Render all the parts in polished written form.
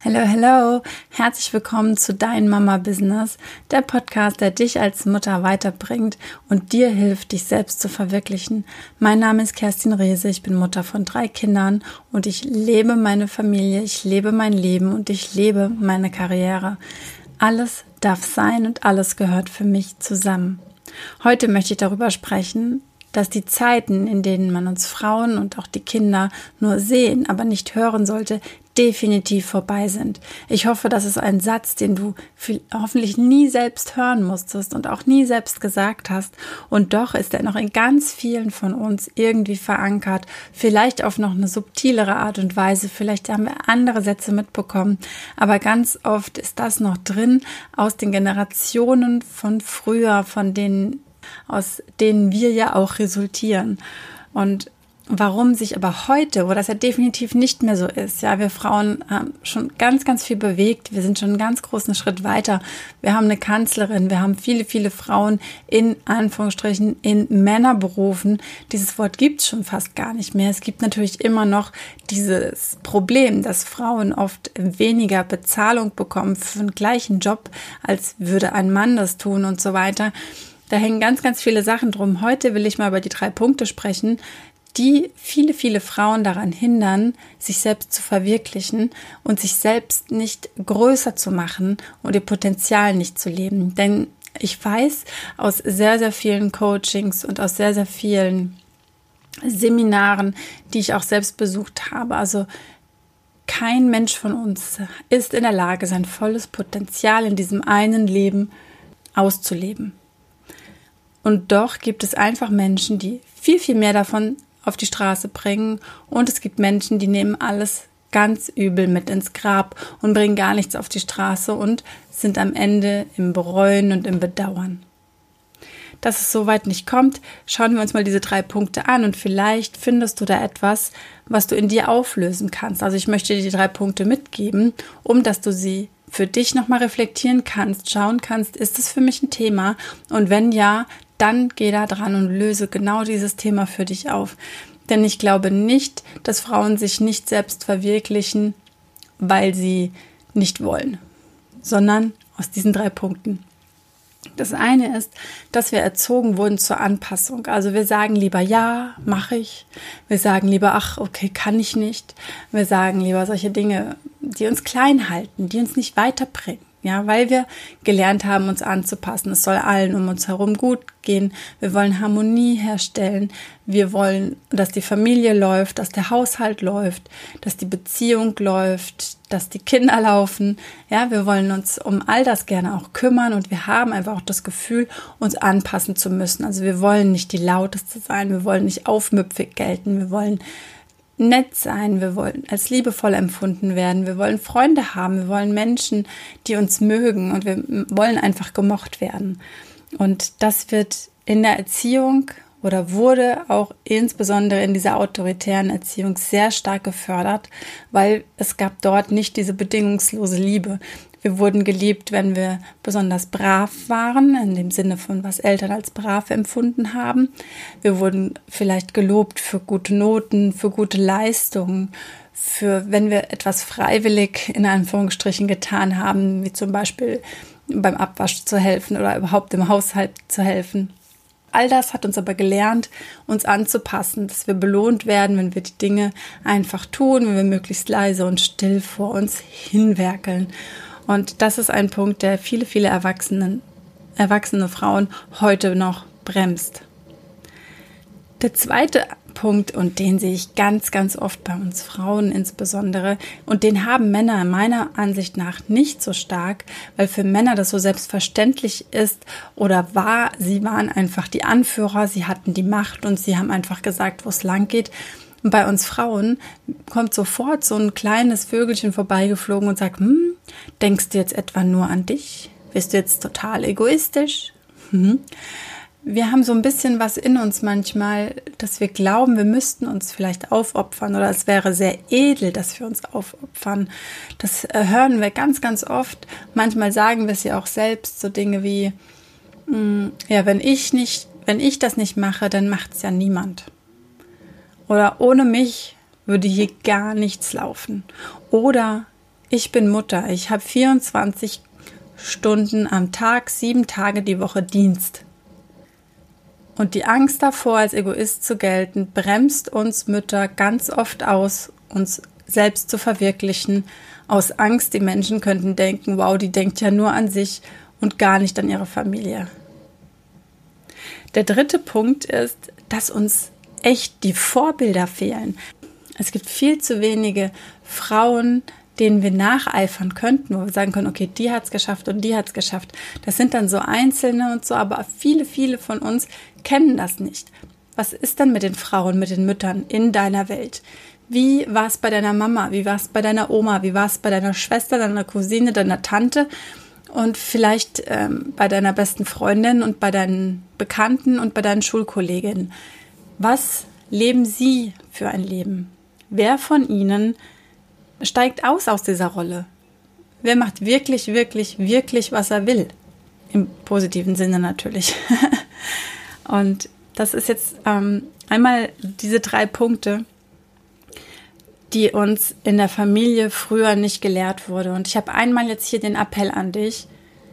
Hello, hello! Herzlich willkommen zu Dein Mama Business, der Podcast, der dich als Mutter weiterbringt und dir hilft, dich selbst zu verwirklichen. Mein Name ist Kerstin Rehse, ich bin Mutter von 3 Kindern und ich lebe meine Familie, ich lebe mein Leben und ich lebe meine Karriere. Alles darf sein und alles gehört für mich zusammen. Heute möchte ich darüber sprechen, dass die Zeiten, in denen man uns Frauen und auch die Kinder nur sehen, aber nicht hören sollte, definitiv vorbei sind. Ich hoffe, das ist ein Satz, den du hoffentlich nie selbst hören musstest und auch nie selbst gesagt hast. Und doch ist er noch in ganz vielen von uns irgendwie verankert. Vielleicht auf noch eine subtilere Art und Weise. Vielleicht haben wir andere Sätze mitbekommen. Aber ganz oft ist das noch drin aus den Generationen von früher, aus denen wir ja auch resultieren. Und warum sich aber heute, wo das ja definitiv nicht mehr so ist, ja, wir Frauen haben schon ganz, ganz viel bewegt, wir sind schon einen ganz großen Schritt weiter. Wir haben eine Kanzlerin, wir haben viele, viele Frauen in Anführungsstrichen in Männerberufen. Dieses Wort gibt es schon fast gar nicht mehr. Es gibt natürlich immer noch dieses Problem, dass Frauen oft weniger Bezahlung bekommen für den gleichen Job, als würde ein Mann das tun und so weiter. Da hängen ganz, ganz viele Sachen drum. Heute will ich mal über die 3 Punkte sprechen, die viele, viele Frauen daran hindern, sich selbst zu verwirklichen und sich selbst nicht größer zu machen und ihr Potenzial nicht zu leben. Denn ich weiß aus sehr, sehr vielen Coachings und aus sehr, sehr vielen Seminaren, die ich auch selbst besucht habe, also kein Mensch von uns ist in der Lage, sein volles Potenzial in diesem einen Leben auszuleben. Und doch gibt es einfach Menschen, die viel, viel mehr davon auf die Straße bringen. Und es gibt Menschen, die nehmen alles ganz übel mit ins Grab und bringen gar nichts auf die Straße und sind am Ende im Bereuen und im Bedauern. Dass es so weit nicht kommt, schauen wir uns mal diese 3 Punkte an und vielleicht findest du da etwas, was du in dir auflösen kannst. Also ich möchte dir die 3 Punkte mitgeben, dass du sie für dich nochmal reflektieren kannst, schauen kannst, ist es für mich ein Thema? Und wenn ja, dann geh da dran und löse genau dieses Thema für dich auf. Denn ich glaube nicht, dass Frauen sich nicht selbst verwirklichen, weil sie nicht wollen, sondern aus diesen 3 Punkten. Das eine ist, dass wir erzogen wurden zur Anpassung. Also wir sagen lieber, ja, mache ich. Wir sagen lieber, ach, okay, kann ich nicht. Wir sagen lieber solche Dinge, die uns klein halten, die uns nicht weiterbringen. Ja, weil wir gelernt haben, uns anzupassen. Es soll allen um uns herum gut gehen. Wir wollen Harmonie herstellen. Wir wollen, dass die Familie läuft, dass der Haushalt läuft, dass die Beziehung läuft, dass die Kinder laufen. Ja, wir wollen uns um all das gerne auch kümmern und wir haben einfach auch das Gefühl, uns anpassen zu müssen. Also wir wollen nicht die Lauteste sein, wir wollen nicht aufmüpfig gelten, wir wollen nett sein, wir wollen als liebevoll empfunden werden, wir wollen Freunde haben, wir wollen Menschen, die uns mögen und wir wollen einfach gemocht werden. Und das wird in der Erziehung oder wurde auch insbesondere in dieser autoritären Erziehung sehr stark gefördert, weil es gab dort nicht diese bedingungslose Liebe. Wir wurden geliebt, wenn wir besonders brav waren, in dem Sinne von, was Eltern als brav empfunden haben. Wir wurden vielleicht gelobt für gute Noten, für gute Leistungen, für wenn wir etwas freiwillig in Anführungsstrichen getan haben, wie zum Beispiel beim Abwasch zu helfen oder überhaupt im Haushalt zu helfen. All das hat uns aber gelernt, uns anzupassen, dass wir belohnt werden, wenn wir die Dinge einfach tun, wenn wir möglichst leise und still vor uns hinwerkeln. Und das ist ein Punkt, der viele, viele erwachsene Frauen heute noch bremst. Der zweite Punkt, und den sehe ich ganz, ganz oft bei uns Frauen insbesondere, und den haben Männer meiner Ansicht nach nicht so stark, weil für Männer das so selbstverständlich ist oder war, sie waren einfach die Anführer, sie hatten die Macht und sie haben einfach gesagt, wo es lang geht. Und bei uns Frauen kommt sofort so ein kleines Vögelchen vorbeigeflogen und sagt, denkst du jetzt etwa nur an dich? Bist du jetzt total egoistisch? Wir haben so ein bisschen was in uns manchmal, dass wir glauben, wir müssten uns vielleicht aufopfern oder es wäre sehr edel, dass wir uns aufopfern. Das hören wir ganz, ganz oft. Manchmal sagen wir es ja auch selbst, so Dinge wie, ja, wenn ich das nicht mache, dann macht es ja niemand. Oder ohne mich würde hier gar nichts laufen. Oder ich bin Mutter, ich habe 24 Stunden am Tag, 7 Tage die Woche Dienst. Und die Angst davor, als Egoist zu gelten, bremst uns Mütter ganz oft aus, uns selbst zu verwirklichen. Aus Angst, die Menschen könnten denken, wow, die denkt ja nur an sich und gar nicht an ihre Familie. Der dritte Punkt ist, dass uns echt die Vorbilder fehlen. Es gibt viel zu wenige Frauen, denen wir nacheifern könnten, wo wir sagen können, okay, die hat es geschafft und die hat es geschafft. Das sind dann so Einzelne und so, aber viele, viele von uns kennen das nicht. Was ist denn mit den Frauen, mit den Müttern in deiner Welt? Wie war es bei deiner Mama? Wie war es bei deiner Oma? Wie war es bei deiner Schwester, deiner Cousine, deiner Tante? Und vielleicht bei deiner besten Freundin und bei deinen Bekannten und bei deinen Schulkolleginnen. Was leben sie für ein Leben? Wer von ihnen steigt aus dieser Rolle? Wer macht wirklich, wirklich, wirklich, was er will? Im positiven Sinne natürlich. Und das ist jetzt einmal diese 3 Punkte, die uns in der Familie früher nicht gelehrt wurde. Und ich habe einmal jetzt hier den Appell an dich.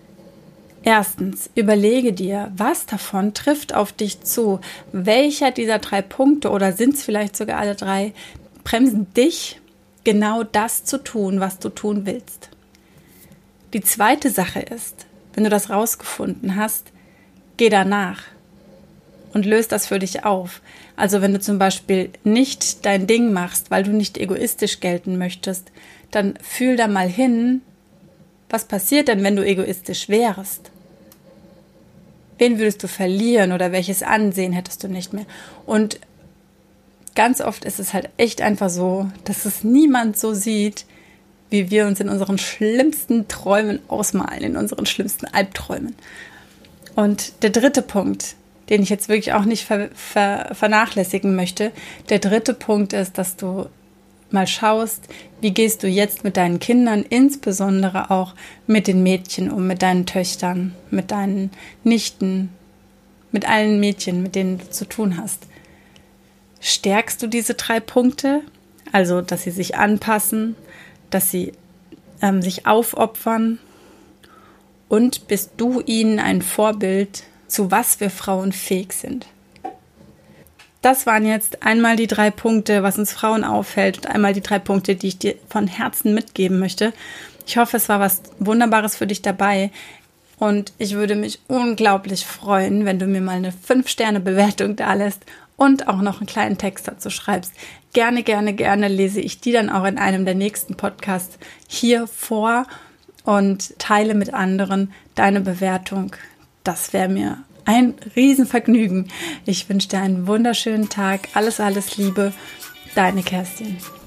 Erstens, überlege dir, was davon trifft auf dich zu? Welcher dieser 3 Punkte oder sind es vielleicht sogar alle 3, bremsen dich, genau das zu tun, was du tun willst? Die zweite Sache ist, wenn du das rausgefunden hast, geh danach und löse das für dich auf. Also wenn du zum Beispiel nicht dein Ding machst, weil du nicht egoistisch gelten möchtest, dann fühl da mal hin, was passiert denn, wenn du egoistisch wärst? Wen würdest du verlieren oder welches Ansehen hättest du nicht mehr? Und ganz oft ist es halt echt einfach so, dass es niemand so sieht, wie wir uns in unseren schlimmsten Träumen ausmalen, in unseren schlimmsten Albträumen. Und der dritte Punkt, den ich jetzt wirklich auch nicht vernachlässigen möchte, der dritte Punkt ist, dass du mal schaust, wie gehst du jetzt mit deinen Kindern, insbesondere auch mit den Mädchen um, mit deinen Töchtern, mit deinen Nichten, mit allen Mädchen, mit denen du zu tun hast. Stärkst du diese 3 Punkte? Also, dass sie sich anpassen, dass sie sich aufopfern und bist du ihnen ein Vorbild, zu was wir Frauen fähig sind. Das waren jetzt einmal die 3 Punkte, was uns Frauen auffällt und einmal die 3 Punkte, die ich dir von Herzen mitgeben möchte. Ich hoffe, es war was Wunderbares für dich dabei und ich würde mich unglaublich freuen, wenn du mir mal eine 5-Sterne-Bewertung dalässt und auch noch einen kleinen Text dazu schreibst. Gerne, gerne, gerne lese ich die dann auch in einem der nächsten Podcasts hier vor und teile mit anderen deine Bewertung. Das wäre mir ein Riesenvergnügen. Ich wünsche dir einen wunderschönen Tag. Alles, alles Liebe. Deine Kerstin.